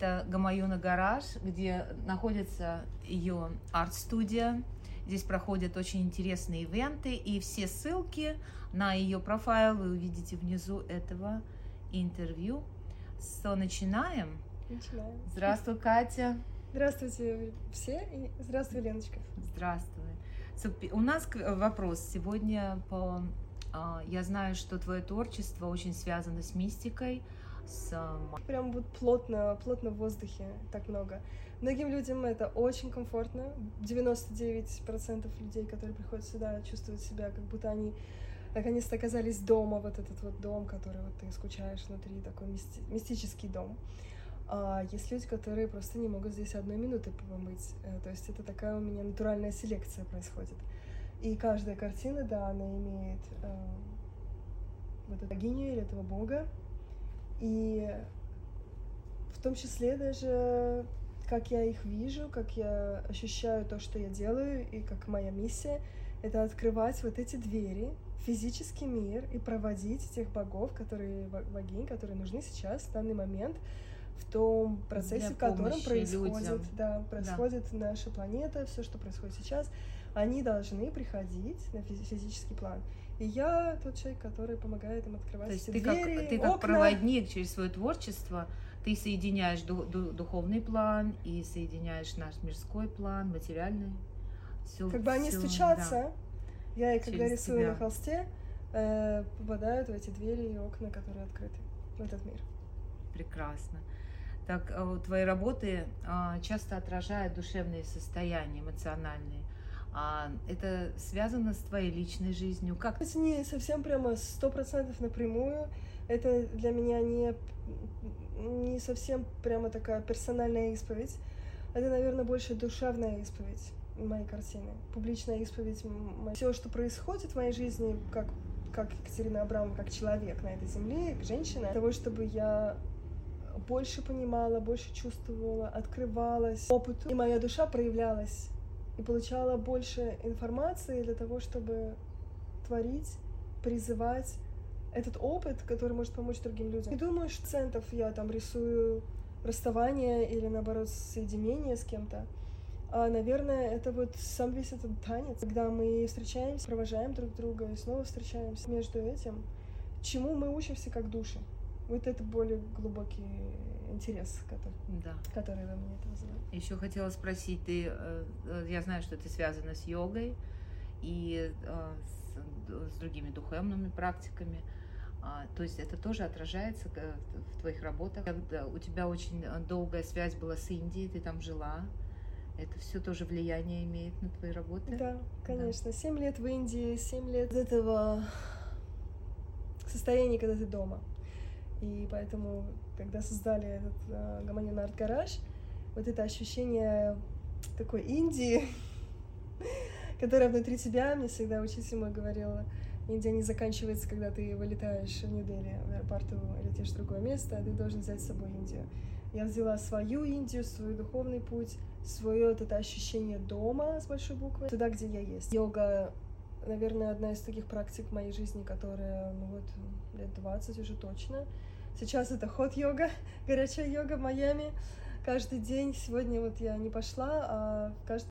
Это Гамаюна Гараж, где находится ее арт-студия. Здесь проходят очень интересные ивенты, и все ссылки на ее профайл вы увидите внизу этого интервью. Начинаем? Начинаем. Здравствуй, Катя. Здравствуйте все, и здравствуй, Леночка. Здравствуй. У нас вопрос сегодня я знаю, что твое творчество очень связано с мистикой, Прям вот плотно в воздухе так много. Многим людям это очень комфортно. 99% людей, которые приходят сюда, чувствуют себя, как будто они наконец-то оказались дома, вот этот вот дом, который вот ты скучаешь внутри, такой мистический дом. А есть люди, которые просто не могут здесь одной минуты побыть. То есть это такая у меня натуральная селекция происходит. И каждая картина, да, она имеет вот эту богиню или этого бога. И в том числе даже как я их вижу, как я ощущаю то, что я делаю, и как моя миссия — это открывать вот эти двери в физический мир и проводить тех богов, богинь, которые нужны сейчас, в данный момент, в том процессе, в котором происходит наша планета, все, что происходит сейчас, они должны приходить на физический план. И я тот человек, который помогает им открывать эти двери, ты как проводник через свое творчество, ты соединяешь духовный план и соединяешь наш мирской план, материальный. Они стучатся, да. Я, когда рисую на холсте, попадают в эти двери и окна, которые открыты в этот мир. Прекрасно. Так, твои работы часто отражают душевные состояния, эмоциональные. Это связано с твоей личной жизнью? Как? Это не совсем прямо 100% напрямую. Это для меня не совсем прямо такая персональная исповедь. Это, наверное, больше душевная исповедь моей картины. Публичная исповедь. Все, что происходит в моей жизни, как Екатерина Абрамова, как человек на этой земле, как женщина, для того, чтобы я больше понимала, больше чувствовала, открывалась опыту, и моя душа проявлялась и получала больше информации для того, чтобы творить, призывать этот опыт, который может помочь другим людям. Не думаю, что процентов я там рисую расставание или, наоборот, соединение с кем-то. А, наверное, это вот сам весь этот танец, когда мы встречаемся, провожаем друг друга и снова встречаемся. Между этим, чему мы учимся как души. Вот это более глубокий интерес, который во мне это вызывает. Еще хотела спросить, я знаю, что ты связана с йогой и с другими духовными практиками. То есть это тоже отражается в твоих работах. У тебя очень долгая связь была с Индией, ты там жила. Это все тоже влияние имеет на твои работы? Да, конечно. 7 лет в Индии, 7 лет этого состояния, когда ты дома. И поэтому, когда создали этот Гамаюна Арт Гараж, вот это ощущение такой Индии, которая внутри тебя, мне всегда учитель мой говорил, Индия не заканчивается, когда ты вылетаешь в Нью-Дели, в аэропорту, летишь в другое место, а ты должен взять с собой Индию. Я взяла свою Индию, свой духовный путь, свое вот это ощущение дома с большой буквы, туда, где я есть. Йога, наверное, одна из таких практик в моей жизни, которая, лет 20 уже точно. Сейчас это хот-йога, горячая йога в Майами. Каждый день. Сегодня я не пошла, а каждый